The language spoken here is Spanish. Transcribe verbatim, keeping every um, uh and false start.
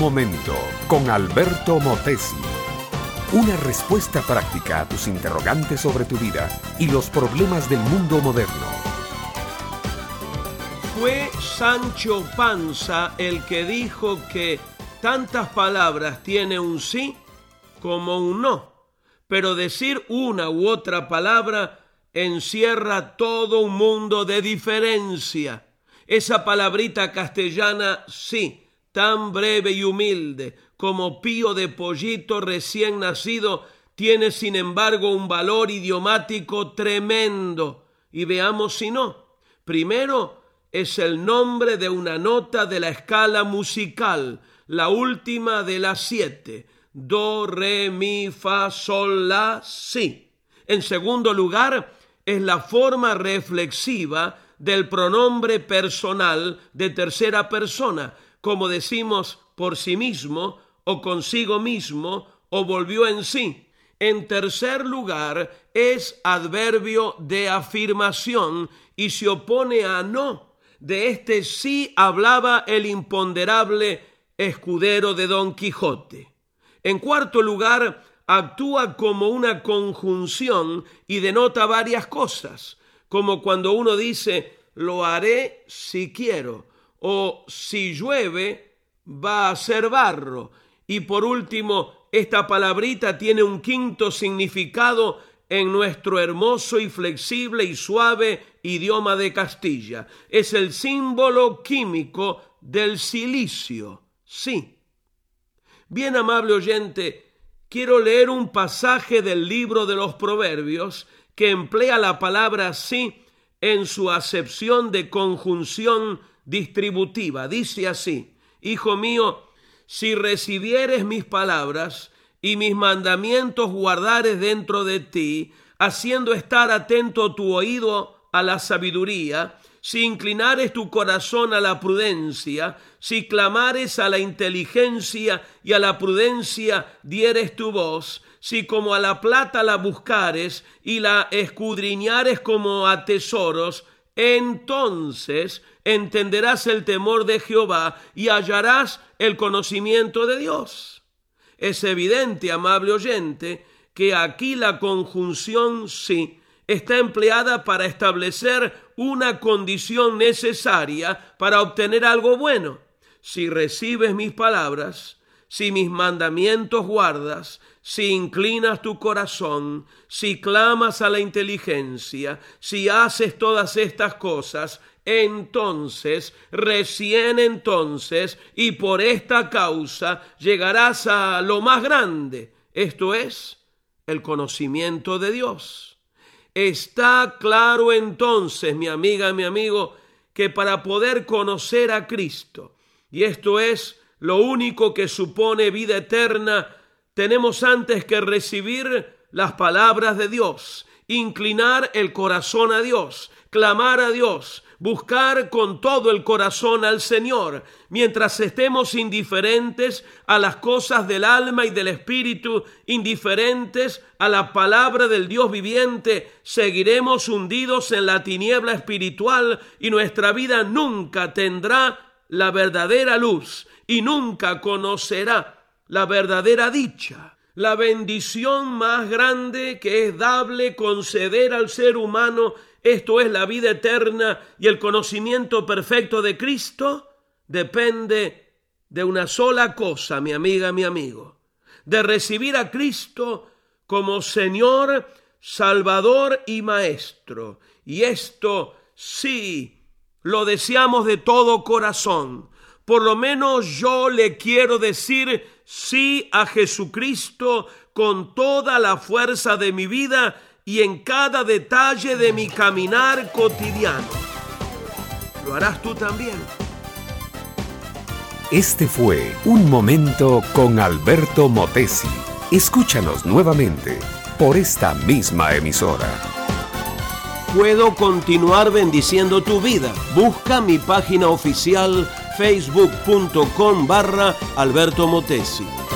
momento con Alberto Motesi. Una respuesta práctica a tus interrogantes sobre tu vida y los problemas del mundo moderno. Fue Sancho Panza el que dijo que tantas palabras tiene un sí como un no, pero decir una u otra palabra encierra todo un mundo de diferencia. Esa palabrita castellana sí, tan breve y humilde como pío de pollito recién nacido, tiene sin embargo un valor idiomático tremendo. Y veamos si no. Primero, es el nombre de una nota de la escala musical, la última de las siete. Do, re, mi, fa, sol, la, si. En segundo lugar, es la forma reflexiva del pronombre personal de tercera persona, como decimos por sí mismo, o consigo mismo, o volvió en sí. En tercer lugar, es adverbio de afirmación y se opone a no. De este sí hablaba el imponderable escudero de Don Quijote. En cuarto lugar, actúa como una conjunción y denota varias cosas, como cuando uno dice, lo haré si quiero, o si llueve, va a ser barro. Y por último, esta palabrita tiene un quinto significado en nuestro hermoso y flexible y suave idioma de Castilla. Es el símbolo químico del silicio, sí. Bien, amable oyente, quiero leer un pasaje del libro de los Proverbios que emplea la palabra sí en su acepción de conjunción distributiva. Dice así: Hijo mío, si recibieres mis palabras y mis mandamientos guardares dentro de ti, haciendo estar atento tu oído a la sabiduría, si inclinares tu corazón a la prudencia, si clamares a la inteligencia y a la prudencia dieres tu voz, si como a la plata la buscares y la escudriñares como a tesoros, entonces entenderás el temor de Jehová y hallarás el conocimiento de Dios. Es evidente, amable oyente, que aquí la conjunción sí está empleada para establecer una condición necesaria para obtener algo bueno. Si recibes mis palabras, si mis mandamientos guardas, si inclinas tu corazón, si clamas a la inteligencia, si haces todas estas cosas, entonces, recién entonces, y por esta causa, llegarás a lo más grande, esto es, el conocimiento de Dios. Está claro entonces, mi amiga, mi amigo, que para poder conocer a Cristo, y esto es lo único que supone vida eterna, tenemos antes que recibir las palabras de Dios, inclinar el corazón a Dios, clamar a Dios, buscar con todo el corazón al Señor. Mientras estemos indiferentes a las cosas del alma y del espíritu, indiferentes a la palabra del Dios viviente, seguiremos hundidos en la tiniebla espiritual y nuestra vida nunca tendrá la verdadera luz y nunca conocerá la verdadera dicha. La bendición más grande que es dable conceder al ser humano, esto es la vida eterna y el conocimiento perfecto de Cristo, depende de una sola cosa, mi amiga, mi amigo, de recibir a Cristo como Señor, Salvador y Maestro. Y esto sí, lo deseamos de todo corazón. Por lo menos yo le quiero decir sí a Jesucristo con toda la fuerza de mi vida y en cada detalle de mi caminar cotidiano. ¿Lo harás tú también? Este fue Un Momento con Alberto Motesi. Escúchanos nuevamente por esta misma emisora. Puedo continuar bendiciendo tu vida. Busca mi página oficial facebook punto com barra Alberto Motesi.